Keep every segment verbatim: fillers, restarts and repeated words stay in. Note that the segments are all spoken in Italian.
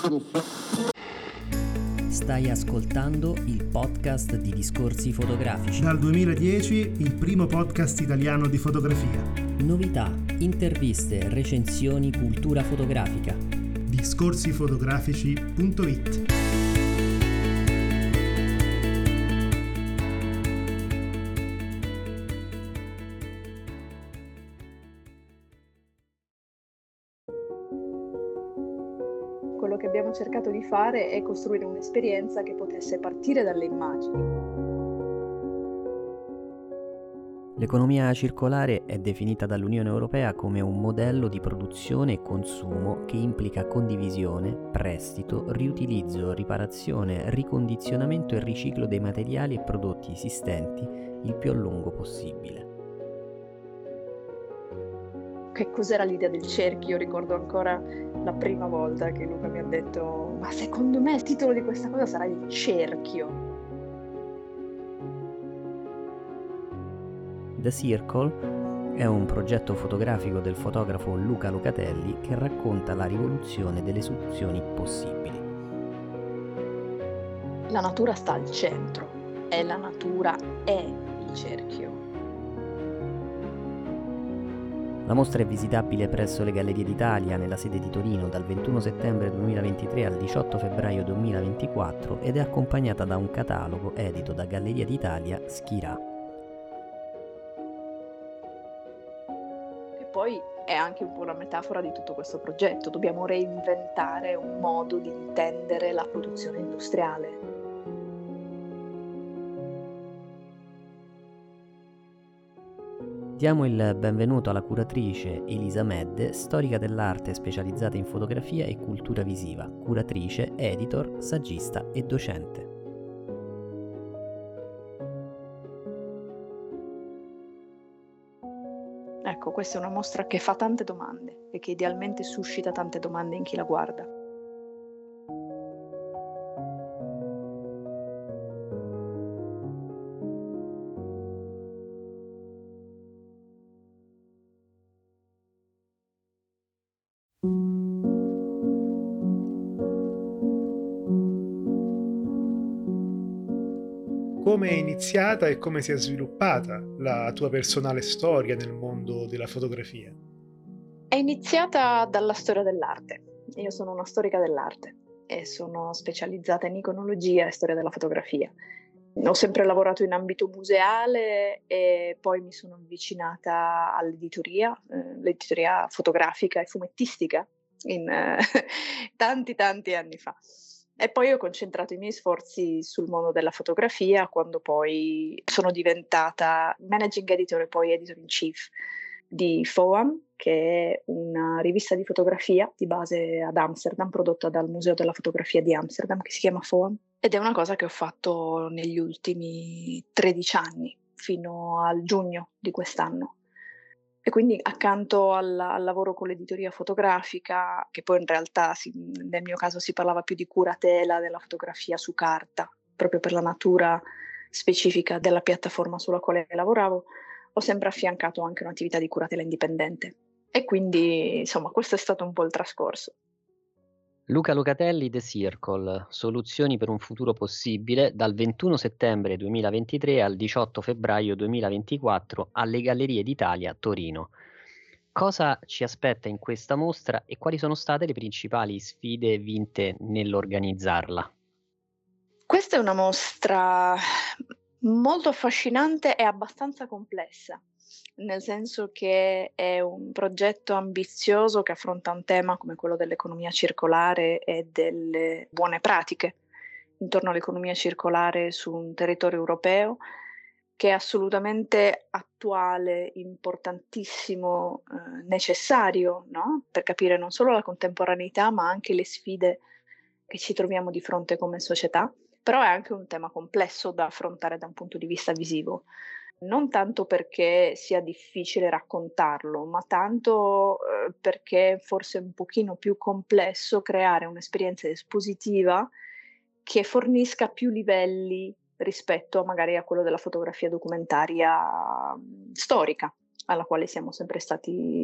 Stai ascoltando il podcast di Discorsi Fotografici. Dal duemiladieci il primo podcast italiano di fotografia. Novità, interviste, recensioni, cultura fotografica. discorsi fotografici punto it. Quello che abbiamo cercato di fare è costruire un'esperienza che potesse partire dalle immagini. L'economia circolare è definita dall'Unione Europea come un modello di produzione e consumo che implica condivisione, prestito, riutilizzo, riparazione, ricondizionamento e riciclo dei materiali e prodotti esistenti il più a lungo possibile. Che cos'era l'idea del cerchio? Ricordo ancora la prima volta che Luca mi ha detto: ma secondo me il titolo di questa cosa sarà il cerchio. The Circle è un progetto fotografico del fotografo Luca Locatelli che racconta la rivoluzione delle soluzioni possibili. La natura sta al centro e la natura è il cerchio. La mostra è visitabile presso le Gallerie d'Italia nella sede di Torino dal ventuno settembre duemilaventitré al diciotto febbraio duemilaventiquattro ed è accompagnata da un catalogo edito da Galleria d'Italia Schirà. E poi è anche un po' la metafora di tutto questo progetto. Dobbiamo reinventare un modo di intendere la produzione industriale. Diamo il benvenuto alla curatrice Elisa Medde, storica dell'arte specializzata in fotografia e cultura visiva, curatrice, editor, saggista e docente. Ecco, questa è una mostra che fa tante domande e che idealmente suscita tante domande in chi la guarda. Come è iniziata e come si è sviluppata la tua personale storia nel mondo della fotografia? È iniziata dalla storia dell'arte. Io sono una storica dell'arte e sono specializzata in iconologia e storia della fotografia. Ho sempre lavorato in ambito museale e poi mi sono avvicinata all'editoria, eh, l'editoria fotografica e fumettistica in eh, tanti tanti anni fa. E poi ho concentrato i miei sforzi sul mondo della fotografia quando poi sono diventata managing editor e poi editor in chief di FOAM, che è una rivista di fotografia di base ad Amsterdam, prodotta dal Museo della Fotografia di Amsterdam, che si chiama FOAM. Ed è una cosa che ho fatto negli ultimi tredici anni, fino al giugno di quest'anno. E quindi accanto al, al lavoro con l'editoria fotografica, che poi in realtà si, nel mio caso si parlava più di curatela della fotografia su carta, proprio per la natura specifica della piattaforma sulla quale lavoravo, ho sempre affiancato anche un'attività di curatela indipendente. E quindi, insomma, questo è stato un po' il trascorso. Luca Locatelli, The Circle, soluzioni per un futuro possibile, dal ventuno settembre duemilaventitré al diciotto febbraio duemilaventiquattro alle Gallerie d'Italia Torino. Cosa ci aspetta in questa mostra e quali sono state le principali sfide vinte nell'organizzarla? Questa è una mostra molto affascinante e abbastanza complessa, nel senso che è un progetto ambizioso che affronta un tema come quello dell'economia circolare e delle buone pratiche intorno all'economia circolare su un territorio europeo, che è assolutamente attuale, importantissimo, eh, necessario, no? Per capire non solo la contemporaneità, ma anche le sfide che ci troviamo di fronte come società. Però è anche un tema complesso da affrontare da un punto di vista visivo. Non tanto perché sia difficile raccontarlo, ma tanto eh, perché forse è un pochino più complesso creare un'esperienza espositiva che fornisca più livelli rispetto magari a quello della fotografia documentaria mh, storica, alla quale siamo sempre stati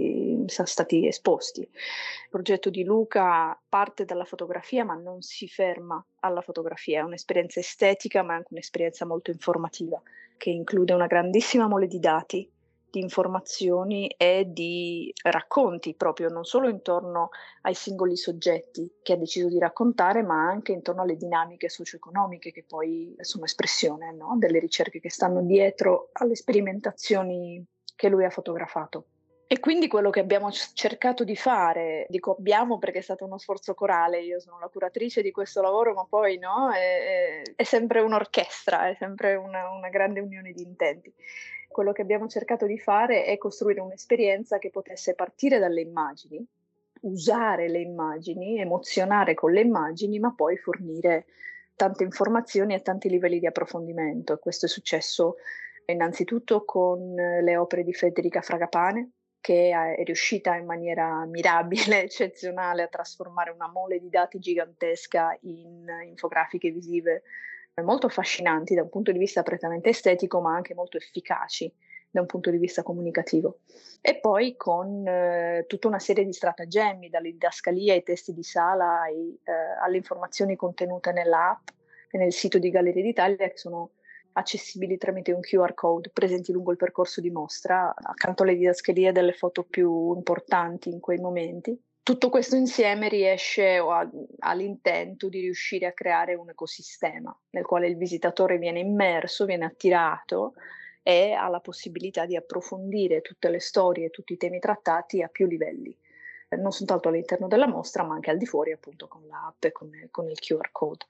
sono stati esposti. Il progetto di Luca parte dalla fotografia, ma non si ferma alla fotografia, è un'esperienza estetica, ma anche un'esperienza molto informativa, che include una grandissima mole di dati, di informazioni e di racconti, proprio non solo intorno ai singoli soggetti che ha deciso di raccontare, ma anche intorno alle dinamiche socio-economiche che poi sono espressione, no? Delle ricerche che stanno dietro alle sperimentazioni che lui ha fotografato. E quindi quello che abbiamo cercato di fare, dico abbiamo perché è stato uno sforzo corale, io sono la curatrice di questo lavoro, ma poi no, è, è, è sempre un'orchestra, è sempre una, una grande unione di intenti. Quello che abbiamo cercato di fare è costruire un'esperienza che potesse partire dalle immagini, usare le immagini, emozionare con le immagini, ma poi fornire tante informazioni e tanti livelli di approfondimento. Questo è successo innanzitutto con le opere di Federica Fragapane, che è riuscita in maniera mirabile, eccezionale, a trasformare una mole di dati gigantesca in infografiche visive molto affascinanti da un punto di vista prettamente estetico, ma anche molto efficaci da un punto di vista comunicativo. E poi con eh, tutta una serie di stratagemmi, dalle didascalie ai testi di sala ai, eh, alle informazioni contenute nell'app e nel sito di Galleria d'Italia, che sono accessibili tramite un Q R code presenti lungo il percorso di mostra, accanto alle didascalie delle foto più importanti in quei momenti. Tutto questo insieme riesce o ha, ha l'intento di riuscire a creare un ecosistema nel quale il visitatore viene immerso, viene attirato e ha la possibilità di approfondire tutte le storie e tutti i temi trattati a più livelli, non soltanto all'interno della mostra, ma anche al di fuori, appunto, con l'app e con, con il Q R code.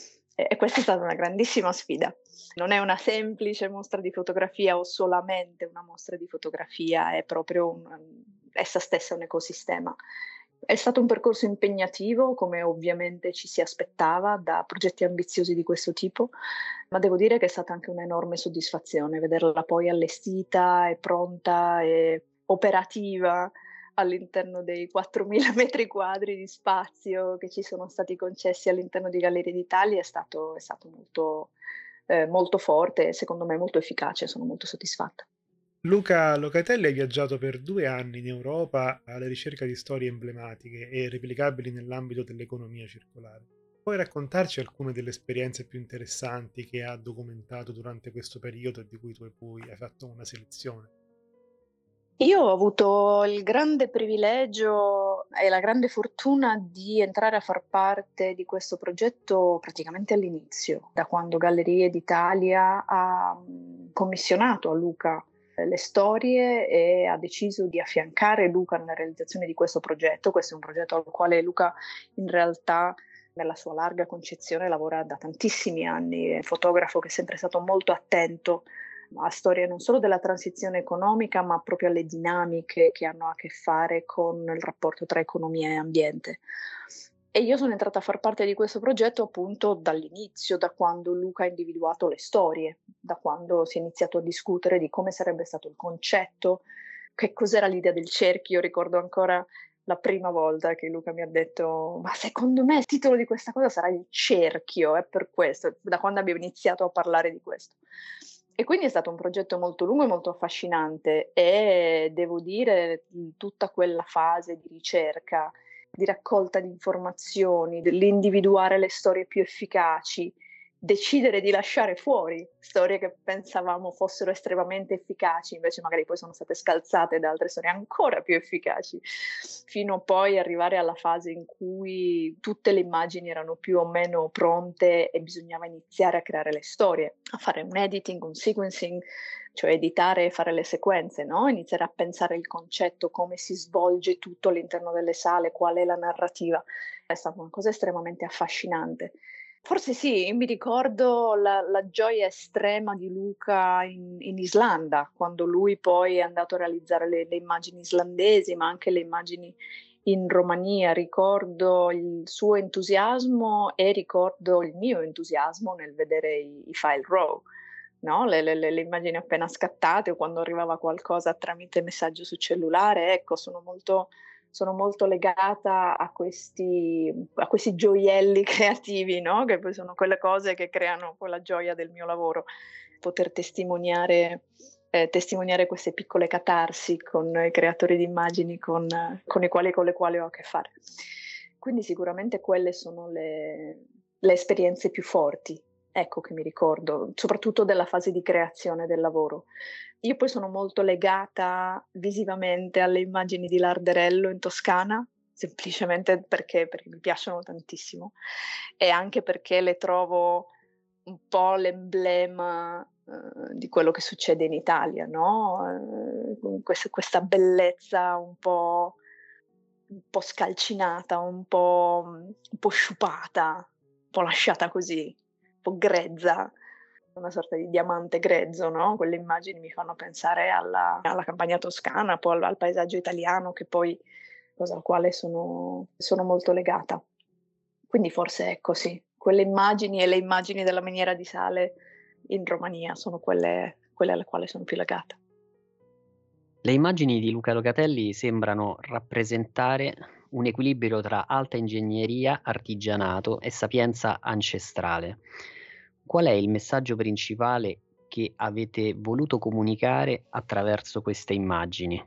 E questa è stata una grandissima sfida. Non è una semplice mostra di fotografia o solamente una mostra di fotografia, è proprio un, essa stessa un ecosistema. È stato un percorso impegnativo, come ovviamente ci si aspettava da progetti ambiziosi di questo tipo, ma devo dire che è stata anche un'enorme soddisfazione vederla poi allestita e pronta e operativa all'interno dei quattromila metri quadri di spazio che ci sono stati concessi all'interno di Galleria d'Italia. È stato, è stato molto, eh, molto forte e secondo me molto efficace, sono molto soddisfatta. Luca Locatelli ha viaggiato per due anni in Europa alla ricerca di storie emblematiche e replicabili nell'ambito dell'economia circolare. Puoi raccontarci alcune delle esperienze più interessanti che ha documentato durante questo periodo e di cui tu poi hai fatto una selezione? Io ho avuto il grande privilegio e la grande fortuna di entrare a far parte di questo progetto praticamente all'inizio, da quando Gallerie d'Italia ha commissionato a Luca le storie e ha deciso di affiancare Luca nella realizzazione di questo progetto. Questo è un progetto al quale Luca in realtà nella sua larga concezione lavora da tantissimi anni, è un fotografo che è sempre stato molto attento a storie non solo della transizione economica, ma proprio alle dinamiche che hanno a che fare con il rapporto tra economia e ambiente. E io sono entrata a far parte di questo progetto appunto dall'inizio, da quando Luca ha individuato le storie, da quando si è iniziato a discutere di come sarebbe stato il concetto, che cos'era l'idea del cerchio. Ricordo ancora la prima volta che Luca mi ha detto: ma secondo me il titolo di questa cosa sarà il cerchio, è per questo, da quando abbiamo iniziato a parlare di questo. E quindi è stato un progetto molto lungo e molto affascinante e devo dire tutta quella fase di ricerca, di raccolta di informazioni, dell'individuare le storie più efficaci, decidere di lasciare fuori storie che pensavamo fossero estremamente efficaci, invece magari poi sono state scalzate da altre storie ancora più efficaci, fino a poi arrivare alla fase in cui tutte le immagini erano più o meno pronte e bisognava iniziare a creare le storie, a fare un editing, un sequencing, cioè editare e fare le sequenze, no? Iniziare a pensare il concetto, come si svolge tutto all'interno delle sale, qual è la narrativa. È stata una cosa estremamente affascinante. Forse sì, mi ricordo la, la gioia estrema di Luca in, in Islanda, quando lui poi è andato a realizzare le, le immagini islandesi, ma anche le immagini in Romania. Ricordo il suo entusiasmo e ricordo il mio entusiasmo nel vedere i, i file raw, no? le, le, le immagini appena scattate o quando arrivava qualcosa tramite messaggio su cellulare. Ecco, sono molto... sono molto legata a questi, a questi gioielli creativi, no? Che poi sono quelle cose che creano poi la gioia del mio lavoro, poter testimoniare eh, testimoniare queste piccole catarsi con i creatori di immagini con, con i quali con le quali ho a che fare. Quindi sicuramente quelle sono le, le esperienze più forti, ecco, che mi ricordo, soprattutto della fase di creazione del lavoro. Io poi sono molto legata visivamente alle immagini di Larderello in Toscana, semplicemente perché, perché mi piacciono tantissimo e anche perché le trovo un po' l'emblema eh, di quello che succede in Italia, no? Eh, questa, questa bellezza un po', un po' scalcinata, un po', un po' sciupata, un po' lasciata così, un po' grezza, una sorta di diamante grezzo, no? Quelle immagini mi fanno pensare alla, alla campagna toscana, poi al, al paesaggio italiano, che poi cosa al quale sono, sono molto legata. Quindi forse è così. Quelle immagini e le immagini della miniera di sale in Romania sono quelle, quelle alle quali sono più legata. Le immagini di Luca Locatelli sembrano rappresentare un equilibrio tra alta ingegneria, artigianato e sapienza ancestrale. Qual è il messaggio principale che avete voluto comunicare attraverso queste immagini?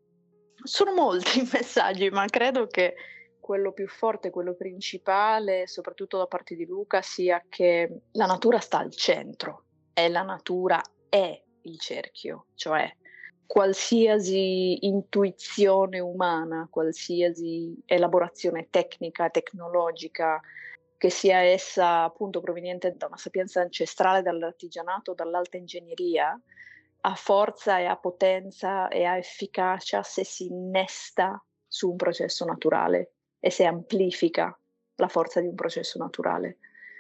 Sono molti i messaggi, ma credo che quello più forte, quello principale, soprattutto da parte di Luca, sia che la natura sta al centro e la natura è il cerchio, cioè qualsiasi intuizione umana, qualsiasi elaborazione tecnica, tecnologica, che sia essa appunto proveniente da una sapienza ancestrale, dall'artigianato, dall'alta ingegneria, ha forza e ha potenza e ha efficacia se si innesta su un processo naturale e se amplifica la forza di un processo naturale.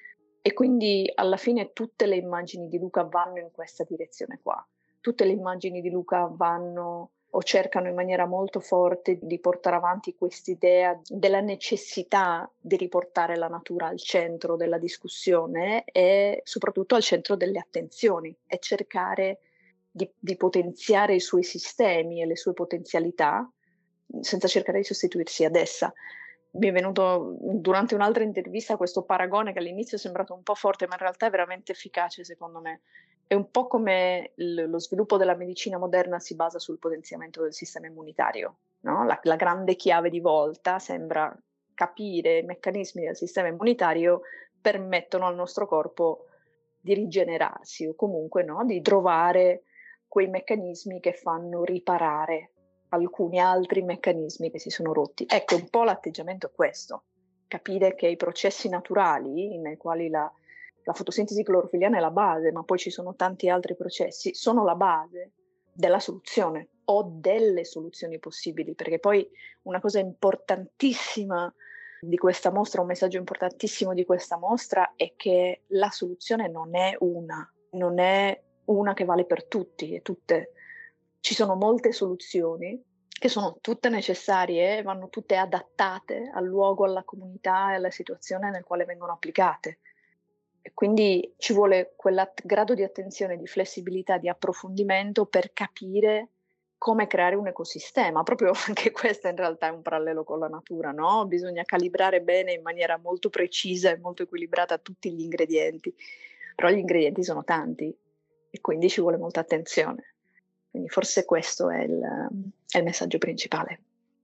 E quindi alla fine tutte le immagini di Luca vanno in questa direzione qua. Tutte le immagini di Luca vanno o cercano in maniera molto forte di portare avanti quest'idea della necessità di riportare la natura al centro della discussione e soprattutto al centro delle attenzioni e cercare di, di potenziare i suoi sistemi e le sue potenzialità senza cercare di sostituirsi ad essa. Mi è venuto durante un'altra intervista questo paragone che all'inizio è sembrato un po' forte, ma in realtà è veramente efficace secondo me. È un po' come l- lo sviluppo della medicina moderna si basa sul potenziamento del sistema immunitario, no? La, la grande chiave di volta sembra capire i meccanismi del sistema immunitario permettono al nostro corpo di rigenerarsi o comunque, no, di trovare quei meccanismi che fanno riparare alcuni altri meccanismi che si sono rotti. Ecco, un po' l'atteggiamento è questo, capire che i processi naturali nei quali la, la fotosintesi clorofilliana è la base, ma poi ci sono tanti altri processi, sono la base della soluzione o delle soluzioni possibili, perché poi una cosa importantissima di questa mostra, un messaggio importantissimo di questa mostra è che la soluzione non è una, non è una che vale per tutti e tutte. Ci sono molte soluzioni che sono tutte necessarie e vanno tutte adattate al luogo, alla comunità e alla situazione nel quale vengono applicate. E quindi ci vuole quel grado di attenzione, di flessibilità, di approfondimento per capire come creare un ecosistema. Proprio anche questo in realtà è un parallelo con la natura, no? Bisogna calibrare bene in maniera molto precisa e molto equilibrata tutti gli ingredienti, però gli ingredienti sono tanti e quindi ci vuole molta attenzione. Quindi forse questo è il, è il messaggio principale.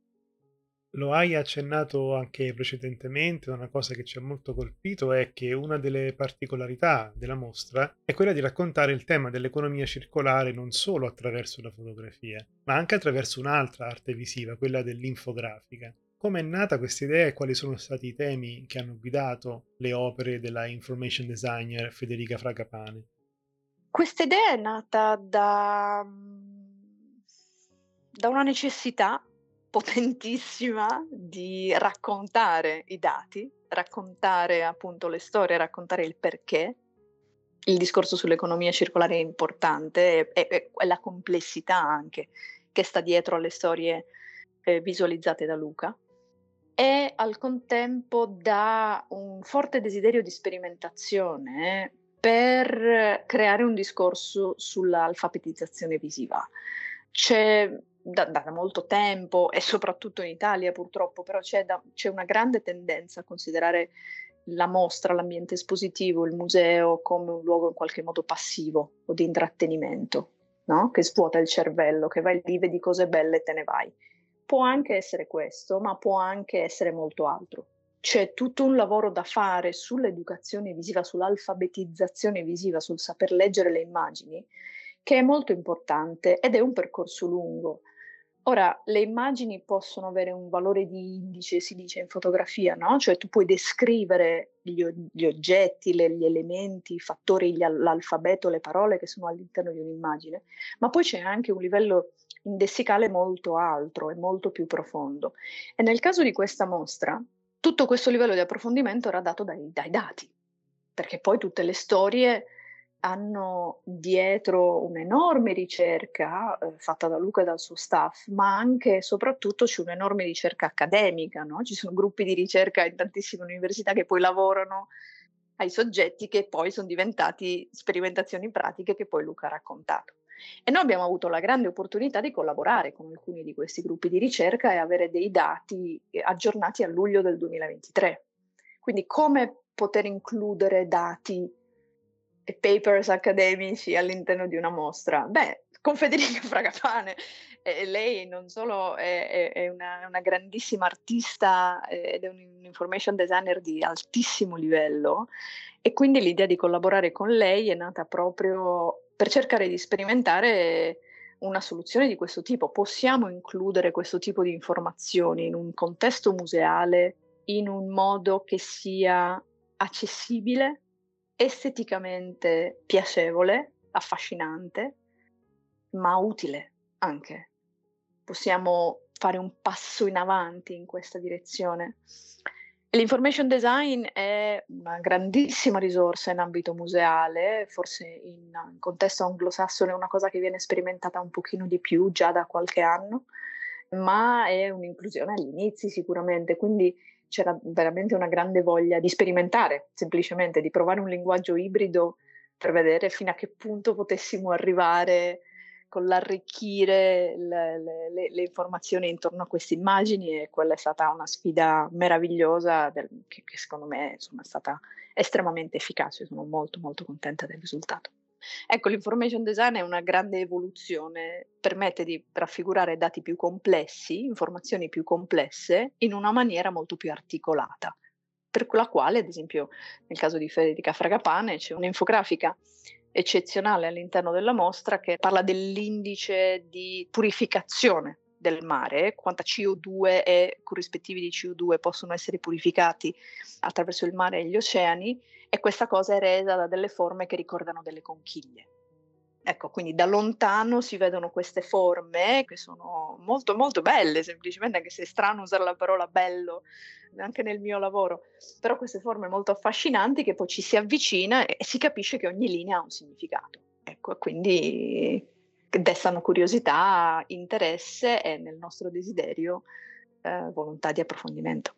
Lo hai accennato anche precedentemente, una cosa che ci ha molto colpito è che una delle particolarità della mostra è quella di raccontare il tema dell'economia circolare non solo attraverso la fotografia, ma anche attraverso un'altra arte visiva, quella dell'infografica. Come è nata questa idea e quali sono stati i temi che hanno guidato le opere della information designer Federica Fragapane? Questa idea è nata da, da una necessità potentissima di raccontare i dati, raccontare appunto le storie, raccontare il perché. Il discorso sull'economia circolare è importante e, e, e la complessità anche che sta dietro alle storie eh, visualizzate da Luca. E al contempo da un forte desiderio di sperimentazione per creare un discorso sull'alfabetizzazione visiva. C'è da, da molto tempo, e soprattutto in Italia purtroppo, però c'è, da, c'è una grande tendenza a considerare la mostra, l'ambiente espositivo, il museo come un luogo in qualche modo passivo o di intrattenimento. no? Che svuota il cervello, che vai lì, vedi cose belle e te ne vai. Può anche essere questo, ma può anche essere molto altro. C'è tutto un lavoro da fare sull'educazione visiva, sull'alfabetizzazione visiva, sul saper leggere le immagini, che è molto importante ed è un percorso lungo. Ora, le immagini possono avere un valore di indice, si dice in fotografia, no? Cioè tu puoi descrivere gli, gli oggetti, le, gli elementi, i fattori, gli, l'alfabeto, le parole che sono all'interno di un'immagine, ma poi c'è anche un livello indessicale molto altro e molto più profondo. E nel caso di questa mostra, tutto questo livello di approfondimento era dato dai, dai dati, perché poi tutte le storie hanno dietro un'enorme ricerca eh, fatta da Luca e dal suo staff, ma anche e soprattutto c'è un'enorme ricerca accademica, no? Ci sono gruppi di ricerca in tantissime università che poi lavorano ai soggetti che poi sono diventati sperimentazioni pratiche che poi Luca ha raccontato. E noi abbiamo avuto la grande opportunità di collaborare con alcuni di questi gruppi di ricerca e avere dei dati aggiornati a luglio del duemilaventitré. Quindi come poter includere dati e papers accademici all'interno di una mostra? Beh, con Federica Fragapane. Eh, lei non solo è, è una, una grandissima artista ed è un information designer di altissimo livello, e quindi l'idea di collaborare con lei è nata proprio per cercare di sperimentare una soluzione di questo tipo. Possiamo includere questo tipo di informazioni in un contesto museale in un modo che sia accessibile, esteticamente piacevole, affascinante, ma utile anche. Possiamo fare un passo in avanti in questa direzione. L'information design è una grandissima risorsa in ambito museale, forse in, in contesto anglosassone è una cosa che viene sperimentata un pochino di più già da qualche anno, ma è un'inclusione agli inizi sicuramente, quindi c'era veramente una grande voglia di sperimentare, semplicemente di provare un linguaggio ibrido per vedere fino a che punto potessimo arrivare con l'arricchire le, le, le informazioni intorno a queste immagini, e quella è stata una sfida meravigliosa del, che, che secondo me insomma, è stata estremamente efficace. Sono molto molto contenta del risultato. Ecco, l'information design è una grande evoluzione, permette di raffigurare dati più complessi, informazioni più complesse in una maniera molto più articolata, per la quale, ad esempio, nel caso di Federica Fragapane c'è un'infografica eccezionale all'interno della mostra che parla dell'indice di purificazione del mare, quanta C O due e corrispettivi di C O due possono essere purificati attraverso il mare e gli oceani, e questa cosa è resa da delle forme che ricordano delle conchiglie. Ecco, quindi da lontano si vedono queste forme che sono molto molto belle, semplicemente, anche se è strano usare la parola bello anche nel mio lavoro, però queste forme molto affascinanti che poi ci si avvicina e si capisce che ogni linea ha un significato. Ecco, quindi destano curiosità, interesse e nel nostro desiderio eh, volontà di approfondimento.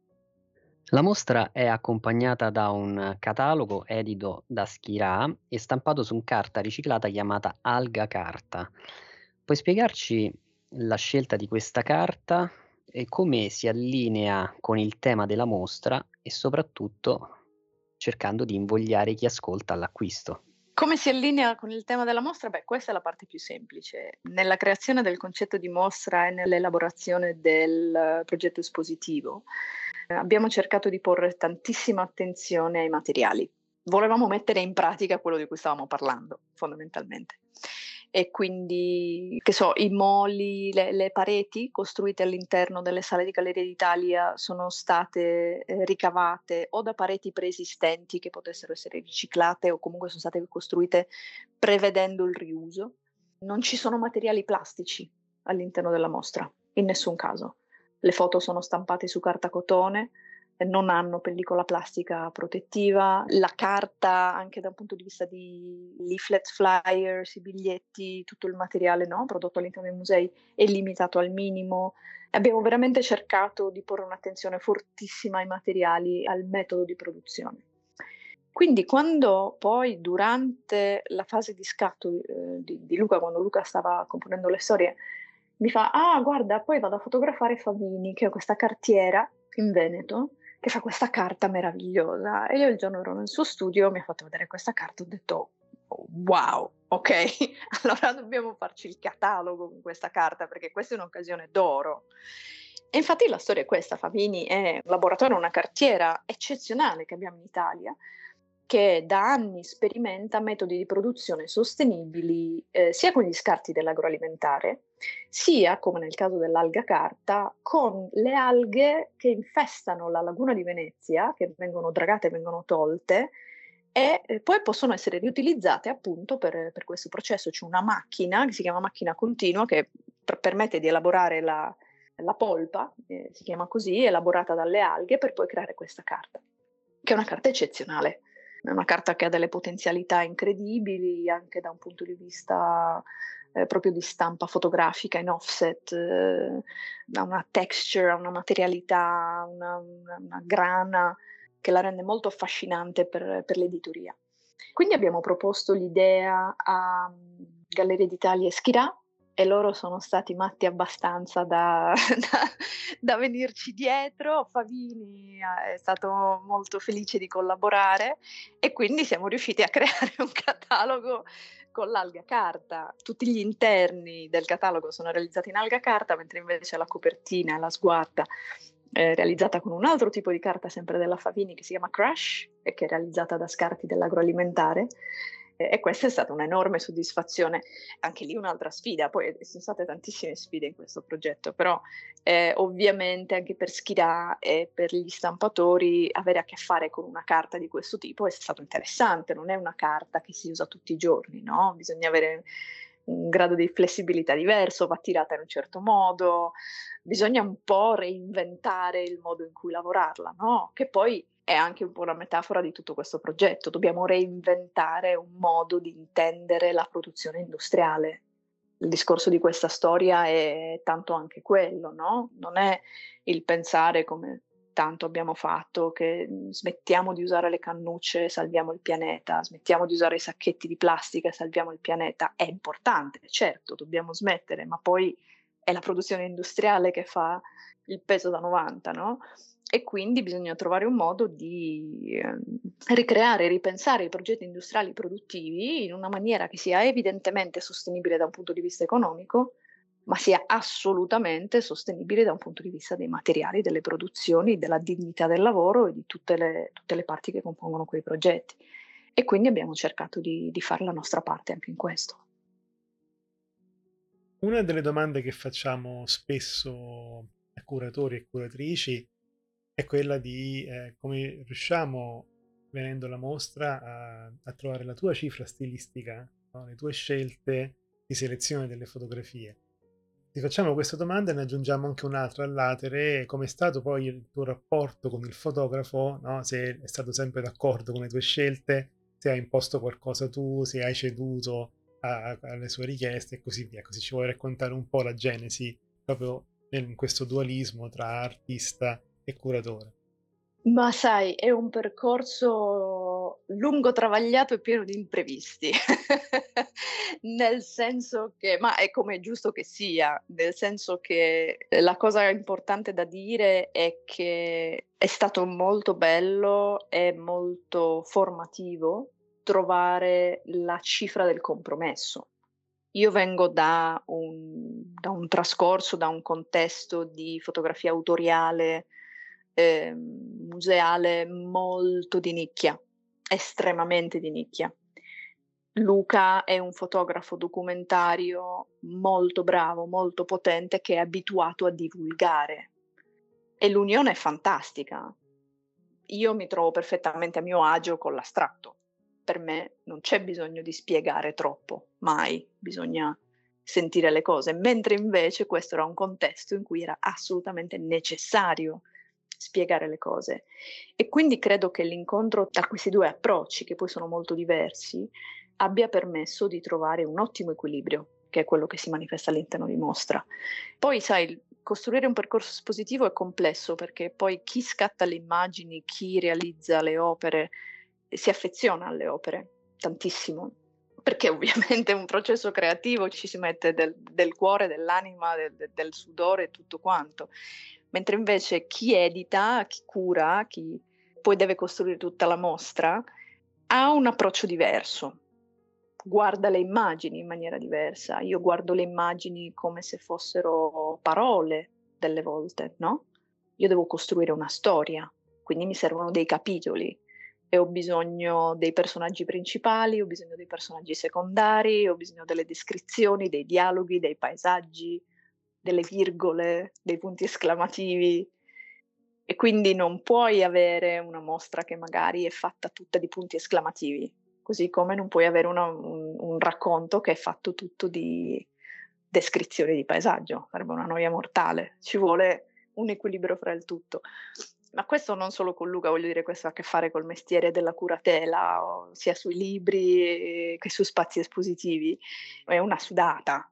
La mostra è accompagnata da un catalogo edito da Schirà e stampato su carta riciclata chiamata Alga Carta. Puoi spiegarci la scelta di questa carta e come si allinea con il tema della mostra, e soprattutto cercando di invogliare chi ascolta all'acquisto? Come si allinea con il tema della mostra? Beh, questa è la parte più semplice. Nella creazione del concetto di mostra e nell'elaborazione del progetto espositivo eh, abbiamo cercato di porre tantissima attenzione ai materiali. Volevamo mettere in pratica quello di cui stavamo parlando, fondamentalmente. E quindi, che so, i moli, le, le pareti costruite all'interno delle sale di Galleria d'Italia sono state eh, ricavate o da pareti preesistenti che potessero essere riciclate, o comunque sono state costruite prevedendo il riuso. Non ci sono materiali plastici all'interno della mostra, in nessun caso. Le foto sono stampate su carta cotone, non hanno pellicola plastica protettiva, la carta anche da un punto di vista di leaflet, flyers, i biglietti, tutto il materiale, no, prodotto all'interno dei musei è limitato al minimo. Abbiamo veramente cercato di porre un'attenzione fortissima ai materiali, al metodo di produzione. Quindi quando poi durante la fase di scatto eh, di, di Luca, quando Luca stava componendo le storie, mi fa: ah, guarda, poi vado a fotografare Favini, che è questa cartiera in Veneto, che fa questa carta meravigliosa. E io il giorno ero nel suo studio, mi ha fatto vedere questa carta, ho detto: Wow, ok, allora dobbiamo farci il catalogo con questa carta perché questa è un'occasione d'oro. E infatti la storia è questa: Favini è un laboratorio, una cartiera eccezionale che abbiamo in Italia, che da anni sperimenta metodi di produzione sostenibili eh, sia con gli scarti dell'agroalimentare, sia, come nel caso dell'alga carta, con le alghe che infestano la laguna di Venezia, che vengono dragate e vengono tolte, e eh, poi possono essere riutilizzate appunto per, per questo processo. C'è una macchina che si chiama macchina continua che per- permette di elaborare la, la polpa, eh, si chiama così, elaborata dalle alghe per poi creare questa carta, che è una carta eccezionale. È una carta che ha delle potenzialità incredibili anche da un punto di vista eh, proprio di stampa fotografica in offset, eh, ha una texture, ha una materialità, una, una, una grana che la rende molto affascinante per, per l'editoria. Quindi abbiamo proposto l'idea a Gallerie d'Italia e Schirà, e loro sono stati matti abbastanza da, da, da venirci dietro. Favini è stato molto felice di collaborare e quindi siamo riusciti a creare un catalogo con l'alga carta. Tutti gli interni del catalogo sono realizzati in alga carta, mentre invece la copertina e la sguarda è realizzata con un altro tipo di carta sempre della Favini che si chiama Crush e che è realizzata da scarti dell'agroalimentare. E questa è stata un'enorme soddisfazione, anche lì un'altra sfida, poi ci sono state tantissime sfide in questo progetto, però eh, ovviamente anche per Schirà e per gli stampatori avere a che fare con una carta di questo tipo è stato interessante, non è una carta che si usa tutti i giorni, no? Bisogna avere un grado di flessibilità diverso, va tirata in un certo modo, bisogna un po' reinventare il modo in cui lavorarla, no? Che poi è anche un po' una metafora di tutto questo progetto. Dobbiamo reinventare un modo di intendere la produzione industriale. Il discorso di questa storia è tanto anche quello, no? Non è il pensare, come tanto abbiamo fatto, che smettiamo di usare le cannucce e salviamo il pianeta, smettiamo di usare i sacchetti di plastica e salviamo il pianeta. È importante, certo, dobbiamo smettere, ma poi è la produzione industriale che fa il peso da novanta, no? E quindi bisogna trovare un modo di eh, ricreare, ripensare i progetti industriali produttivi in una maniera che sia evidentemente sostenibile da un punto di vista economico, ma sia assolutamente sostenibile da un punto di vista dei materiali, delle produzioni, della dignità del lavoro e di tutte le, tutte le parti che compongono quei progetti. E quindi abbiamo cercato di, di fare la nostra parte anche in questo. Una delle domande che facciamo spesso a curatori e curatrici è quella di eh, come riusciamo, venendo alla mostra, a, a trovare la tua cifra stilistica, no? Le tue scelte di selezione delle fotografie. Ti facciamo questa domanda e ne aggiungiamo anche un'altra al latere: com'è stato poi il tuo rapporto con il fotografo, no? Se è stato sempre d'accordo con le tue scelte, se hai imposto qualcosa tu, se hai ceduto a, alle sue richieste e così via. Così ci vuoi raccontare un po' la genesi proprio in questo dualismo tra artista e curatore. Ma sai, è un percorso lungo, travagliato e pieno di imprevisti. Nel senso che, ma è come è giusto che sia, nel senso che la cosa importante da dire è che è stato molto bello e molto formativo trovare la cifra del compromesso. Io vengo da un, da un trascorso, da un contesto di fotografia autoriale, eh, museale molto di nicchia, estremamente di nicchia. Luca è un fotografo documentario molto bravo, molto potente, che è abituato a divulgare. E l'unione è fantastica. Io mi trovo perfettamente a mio agio con l'astratto. Per me non c'è bisogno di spiegare troppo, mai, bisogna sentire le cose, mentre invece questo era un contesto in cui era assolutamente necessario spiegare le cose. E quindi credo che l'incontro tra questi due approcci, che poi sono molto diversi, abbia permesso di trovare un ottimo equilibrio, che è quello che si manifesta all'interno di mostra. Poi, sai, costruire un percorso espositivo è complesso perché poi chi scatta le immagini, chi realizza le opere, si affeziona alle opere tantissimo, perché ovviamente è un processo creativo, ci si mette del, del cuore, dell'anima, del, del sudore e tutto quanto, mentre invece chi edita, chi cura, chi poi deve costruire tutta la mostra, ha un approccio diverso. guarda le immagini in maniera diversa. Io guardo le immagini come se fossero parole delle volte, no? Io devo costruire una storia, quindi mi servono dei capitoli e ho bisogno dei personaggi principali, ho bisogno dei personaggi secondari, ho bisogno delle descrizioni, dei dialoghi, dei paesaggi, delle virgole, dei punti esclamativi. E quindi non puoi avere una mostra che magari è fatta tutta di punti esclamativi, così come non puoi avere una, un, un racconto che è fatto tutto di descrizioni di paesaggio, sarebbe una noia mortale, ci vuole un equilibrio fra il tutto. Ma questo non solo con Luca, voglio dire, questo ha a che fare col mestiere della curatela, o sia sui libri che su spazi espositivi, è una sudata.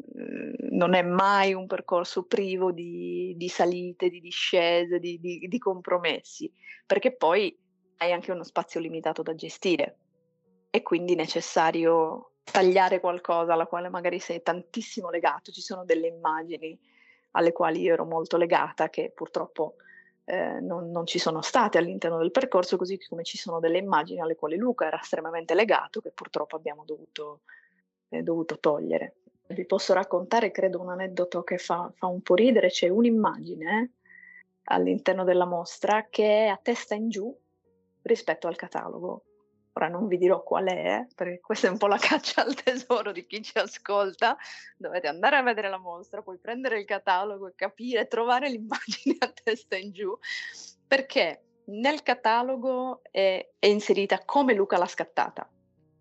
Non è mai un percorso privo di, di salite, di discese, di, di, di compromessi, perché poi hai anche uno spazio limitato da gestire e quindi è necessario tagliare qualcosa alla quale magari sei tantissimo legato. Ci sono delle immagini alle quali io ero molto legata che purtroppo eh, non, non ci sono state all'interno del percorso, così come ci sono delle immagini alle quali Luca era estremamente legato che purtroppo abbiamo dovuto, eh, dovuto togliere. Vi posso raccontare, credo, un aneddoto che fa, fa un po' ridere. C'è un'immagine eh, all'interno della mostra che è a testa in giù rispetto al catalogo. Ora non vi dirò qual è, perché questa è un po' la caccia al tesoro di chi ci ascolta. Dovete andare a vedere la mostra, poi prendere il catalogo e capire, trovare l'immagine a testa in giù, perché nel catalogo è, è inserita come Luca l'ha scattata.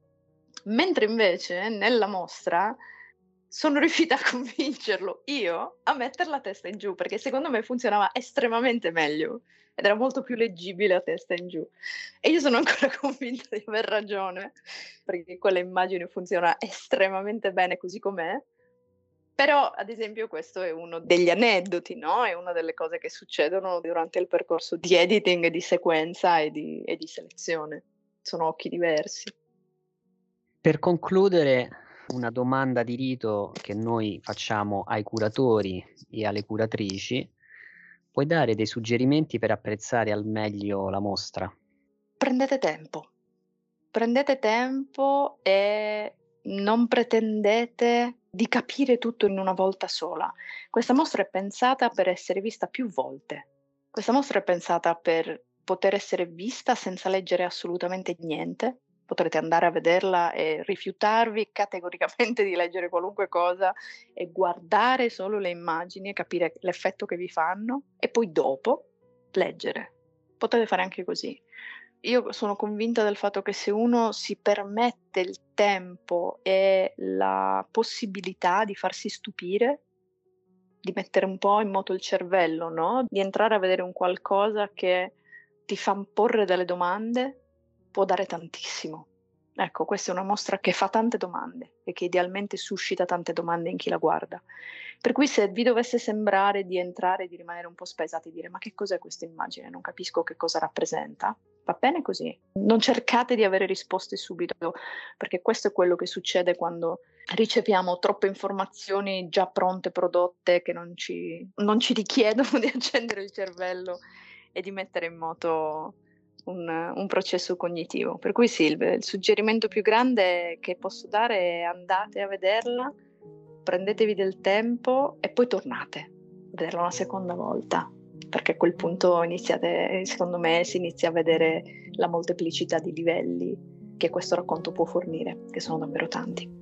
Mentre invece nella mostra sono riuscita a convincerlo io a mettere la testa in giù, perché secondo me funzionava estremamente meglio ed era molto più leggibile a testa in giù. E io sono ancora convinta di aver ragione, perché quella immagine funziona estremamente bene così com'è. Però, ad esempio, questo è uno degli aneddoti, no? È una delle cose che succedono durante il percorso di editing, di sequenza e di, e di selezione. Sono occhi diversi. Per concludere, una domanda di rito che noi facciamo ai curatori e alle curatrici: puoi dare dei suggerimenti per apprezzare al meglio la mostra? Prendete tempo. Prendete tempo e non pretendete di capire tutto in una volta sola. Questa mostra è pensata per essere vista più volte. Questa mostra è pensata per poter essere vista senza leggere assolutamente niente. Potrete andare a vederla e rifiutarvi categoricamente di leggere qualunque cosa e guardare solo le immagini e capire l'effetto che vi fanno e poi dopo leggere. Potete fare anche così. Io sono convinta del fatto che se uno si permette il tempo e la possibilità di farsi stupire, di mettere un po' in moto il cervello, no? Di entrare a vedere un qualcosa che ti fa porre delle domande, può dare tantissimo. Ecco, questa è una mostra che fa tante domande e che idealmente suscita tante domande in chi la guarda. Per cui se vi dovesse sembrare di entrare e di rimanere un po' spaesati e dire ma che cos'è questa immagine, non capisco che cosa rappresenta, va bene così. Non cercate di avere risposte subito, perché questo è quello che succede quando riceviamo troppe informazioni già pronte, prodotte, che non ci, non ci richiedono di accendere il cervello e di mettere in moto un, un processo cognitivo. Per cui sì, il, il suggerimento più grande che posso dare è andate a vederla, prendetevi del tempo e poi tornate a vederla una seconda volta, perché a quel punto iniziate, secondo me, si inizia a vedere la molteplicità di livelli che questo racconto può fornire, che sono davvero tanti.